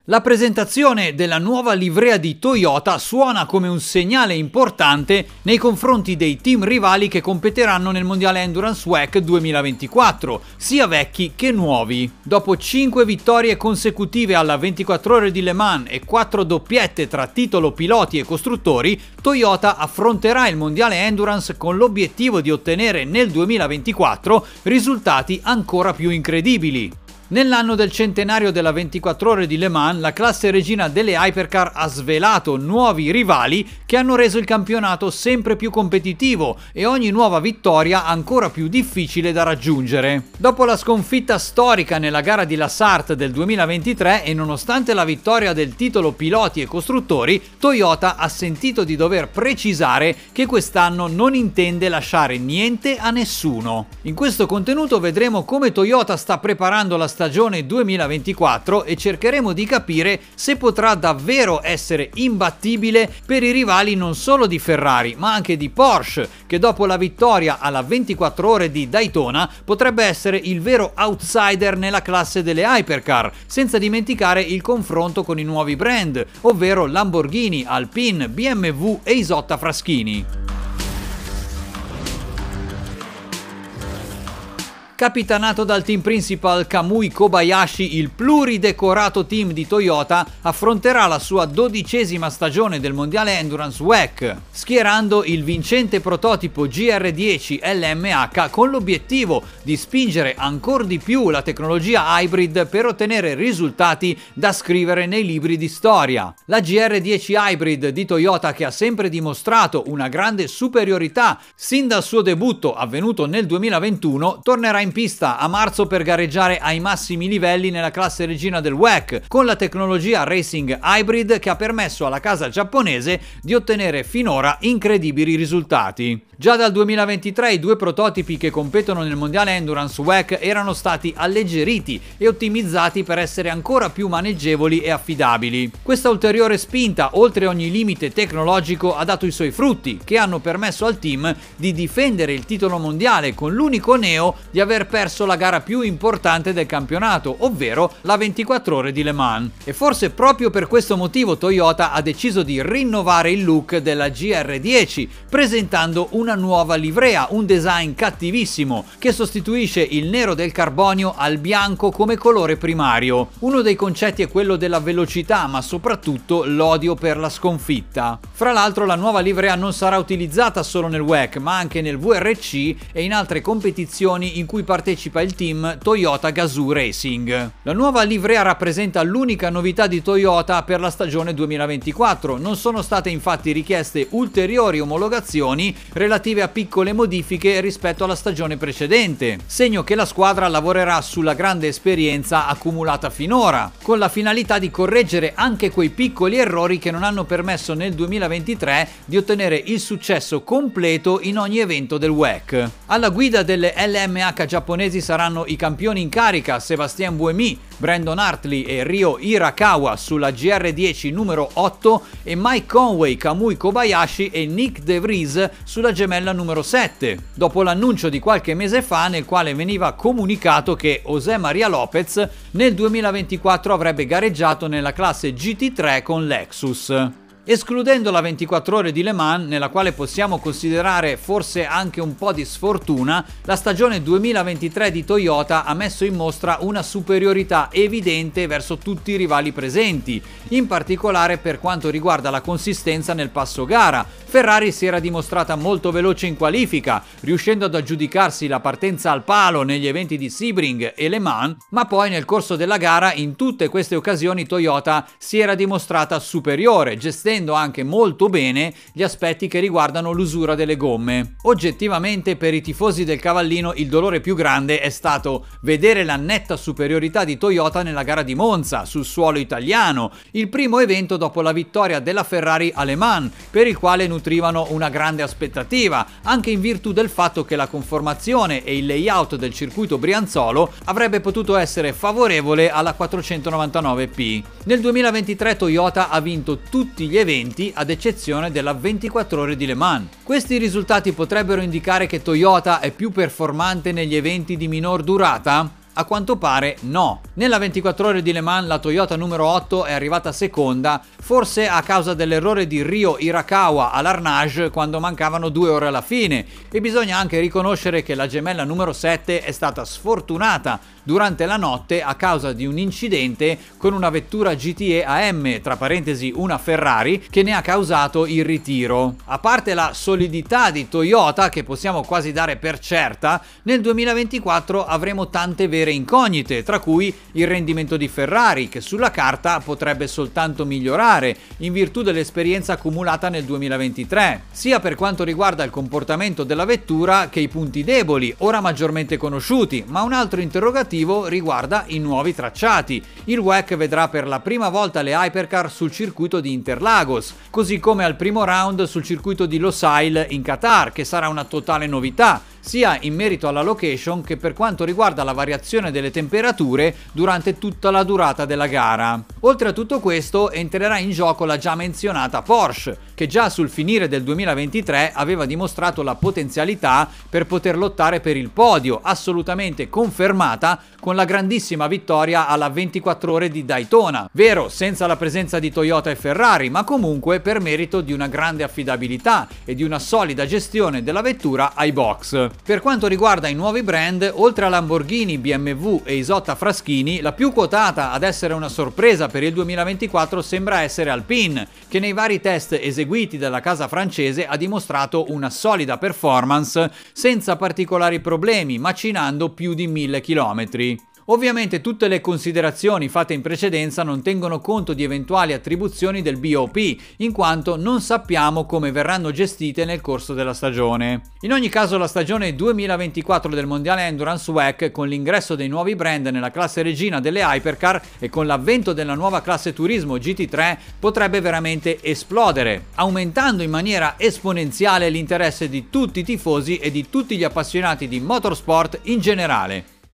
La presentazione della nuova livrea di Toyota suona come un segnale importante nei confronti dei team rivali che competeranno nel Mondiale Endurance WEC 2024, sia vecchi che nuovi. Dopo 5 vittorie consecutive alla 24 ore di Le Mans e 4 doppiette tra titolo piloti e costruttori, Toyota affronterà il Mondiale Endurance con l'obiettivo di ottenere nel 2024 risultati ancora più incredibili. Nell'anno del centenario della 24 ore di Le Mans, la classe regina delle hypercar ha svelato nuovi rivali che hanno reso il campionato sempre più competitivo e ogni nuova vittoria ancora più difficile da raggiungere. Dopo la sconfitta storica nella gara di La Sarthe del 2023 e nonostante la vittoria del titolo piloti e costruttori, Toyota ha sentito di dover precisare che quest'anno non intende lasciare niente a nessuno. In questo contenuto vedremo come Toyota sta preparando la stagione 2024 e cercheremo di capire se potrà davvero essere imbattibile per i rivali non solo di Ferrari ma anche di Porsche, che dopo la vittoria alla 24 ore di Daytona potrebbe essere il vero outsider nella classe delle hypercar, senza dimenticare il confronto con i nuovi brand, ovvero Lamborghini, Alpine, BMW e Isotta Fraschini. Capitanato dal team principal Kamui Kobayashi, il pluridecorato team di Toyota affronterà la sua 12ª stagione del Mondiale Endurance WEC, schierando il vincente prototipo GR10 LMH con l'obiettivo di spingere ancora di più la tecnologia hybrid per ottenere risultati da scrivere nei libri di storia. La GR10 Hybrid di Toyota, che ha sempre dimostrato una grande superiorità sin dal suo debutto avvenuto nel 2021, tornerà in pista a marzo per gareggiare ai massimi livelli nella classe regina del WEC con la tecnologia Racing Hybrid che ha permesso alla casa giapponese di ottenere finora incredibili risultati. Già dal 2023 i due prototipi che competono nel Mondiale Endurance WEC erano stati alleggeriti e ottimizzati per essere ancora più maneggevoli e affidabili. Questa ulteriore spinta oltre ogni limite tecnologico ha dato i suoi frutti, che hanno permesso al team di difendere il titolo mondiale con l'unico neo di aver perso la gara più importante del campionato, ovvero la 24 ore di Le Mans. E forse proprio per questo motivo Toyota ha deciso di rinnovare il look della GR10, presentando una nuova livrea, un design cattivissimo che sostituisce il nero del carbonio al bianco come colore primario. Uno dei concetti è quello della velocità, ma soprattutto l'odio per la sconfitta. Fra l'altro la nuova livrea non sarà utilizzata solo nel WEC, ma anche nel VRC e in altre competizioni in cui partecipa il team Toyota Gazoo Racing. La nuova livrea rappresenta l'unica novità di Toyota per la stagione 2024. Non sono state infatti richieste ulteriori omologazioni relative a piccole modifiche rispetto alla stagione precedente, segno che la squadra lavorerà sulla grande esperienza accumulata finora, con la finalità di correggere anche quei piccoli errori che non hanno permesso nel 2023 di ottenere il successo completo in ogni evento del WEC. Alla guida delle LMH giapponesi saranno i campioni in carica Sébastien Buemi, Brandon Hartley e Ryo Hirakawa sulla GR10 numero 8 e Mike Conway, Kamui Kobayashi e Nick De Vries sulla gemella numero 7, dopo l'annuncio di qualche mese fa nel quale veniva comunicato che José María López nel 2024 avrebbe gareggiato nella classe GT3 con Lexus. Escludendo la 24 ore di Le Mans, nella quale possiamo considerare forse anche un po' di sfortuna, la stagione 2023 di Toyota ha messo in mostra una superiorità evidente verso tutti i rivali presenti, in particolare per quanto riguarda la consistenza nel passo gara. Ferrari si era dimostrata molto veloce in qualifica, riuscendo ad aggiudicarsi la partenza al palo negli eventi di Sebring e Le Mans, ma poi nel corso della gara in tutte queste occasioni Toyota si era dimostrata superiore, gestendo anche molto bene gli aspetti che riguardano l'usura delle gomme. Oggettivamente per i tifosi del cavallino il dolore più grande è stato vedere la netta superiorità di Toyota nella gara di Monza sul suolo italiano, il primo evento dopo la vittoria della Ferrari a Le Mans, per il quale nutrivano una grande aspettativa, anche in virtù del fatto che la conformazione e il layout del circuito brianzolo avrebbe potuto essere favorevole alla 499P. Nel 2023 Toyota ha vinto tutti gli eventi ad eccezione della 24 ore di Le Mans. Questi risultati potrebbero indicare che Toyota è più performante negli eventi di minor durata? A quanto pare no. Nella 24 ore di Le Mans la Toyota numero 8 è arrivata seconda, forse a causa dell'errore di Ryo Hirakawa all'Arnage quando mancavano 2 ore alla fine, e bisogna anche riconoscere che la gemella numero 7 è stata sfortunata durante la notte a causa di un incidente con una vettura GTE AM, tra parentesi una Ferrari, che ne ha causato il ritiro. A parte la solidità di Toyota, che possiamo quasi dare per certa, nel 2024 avremo tante vere incognite, tra cui il rendimento di Ferrari, che sulla carta potrebbe soltanto migliorare in virtù dell'esperienza accumulata nel 2023, sia per quanto riguarda il comportamento della vettura che i punti deboli, ora maggiormente conosciuti, ma un altro interrogativo riguarda i nuovi tracciati. Il WEC vedrà per la prima volta le hypercar sul circuito di Interlagos, così come al primo round sul circuito di Losail in Qatar, che sarà una totale novità, sia in merito alla location che per quanto riguarda la variazione delle temperature durante tutta la durata della gara. Oltre a tutto questo entrerà in gioco la già menzionata Porsche, che già sul finire del 2023 aveva dimostrato la potenzialità per poter lottare per il podio, assolutamente confermata con la grandissima vittoria alla 24 ore di Daytona, vero senza la presenza di Toyota e Ferrari, ma comunque per merito di una grande affidabilità e di una solida gestione della vettura ai box. Per quanto riguarda i nuovi brand, oltre a Lamborghini, BMW e Isotta Fraschini, la più quotata ad essere una sorpresa per il 2024 sembra essere Alpine, che nei vari test eseguiti dalla casa francese ha dimostrato una solida performance senza particolari problemi, macinando più di 1000 km. Ovviamente tutte le considerazioni fatte in precedenza non tengono conto di eventuali attribuzioni del BOP, in quanto non sappiamo come verranno gestite nel corso della stagione. In ogni caso la stagione 2024 del Mondiale Endurance WEC, con l'ingresso dei nuovi brand nella classe regina delle hypercar e con l'avvento della nuova classe turismo GT3, potrebbe veramente esplodere, aumentando in maniera esponenziale l'interesse di tutti i tifosi e di tutti gli appassionati di motorsport in generale.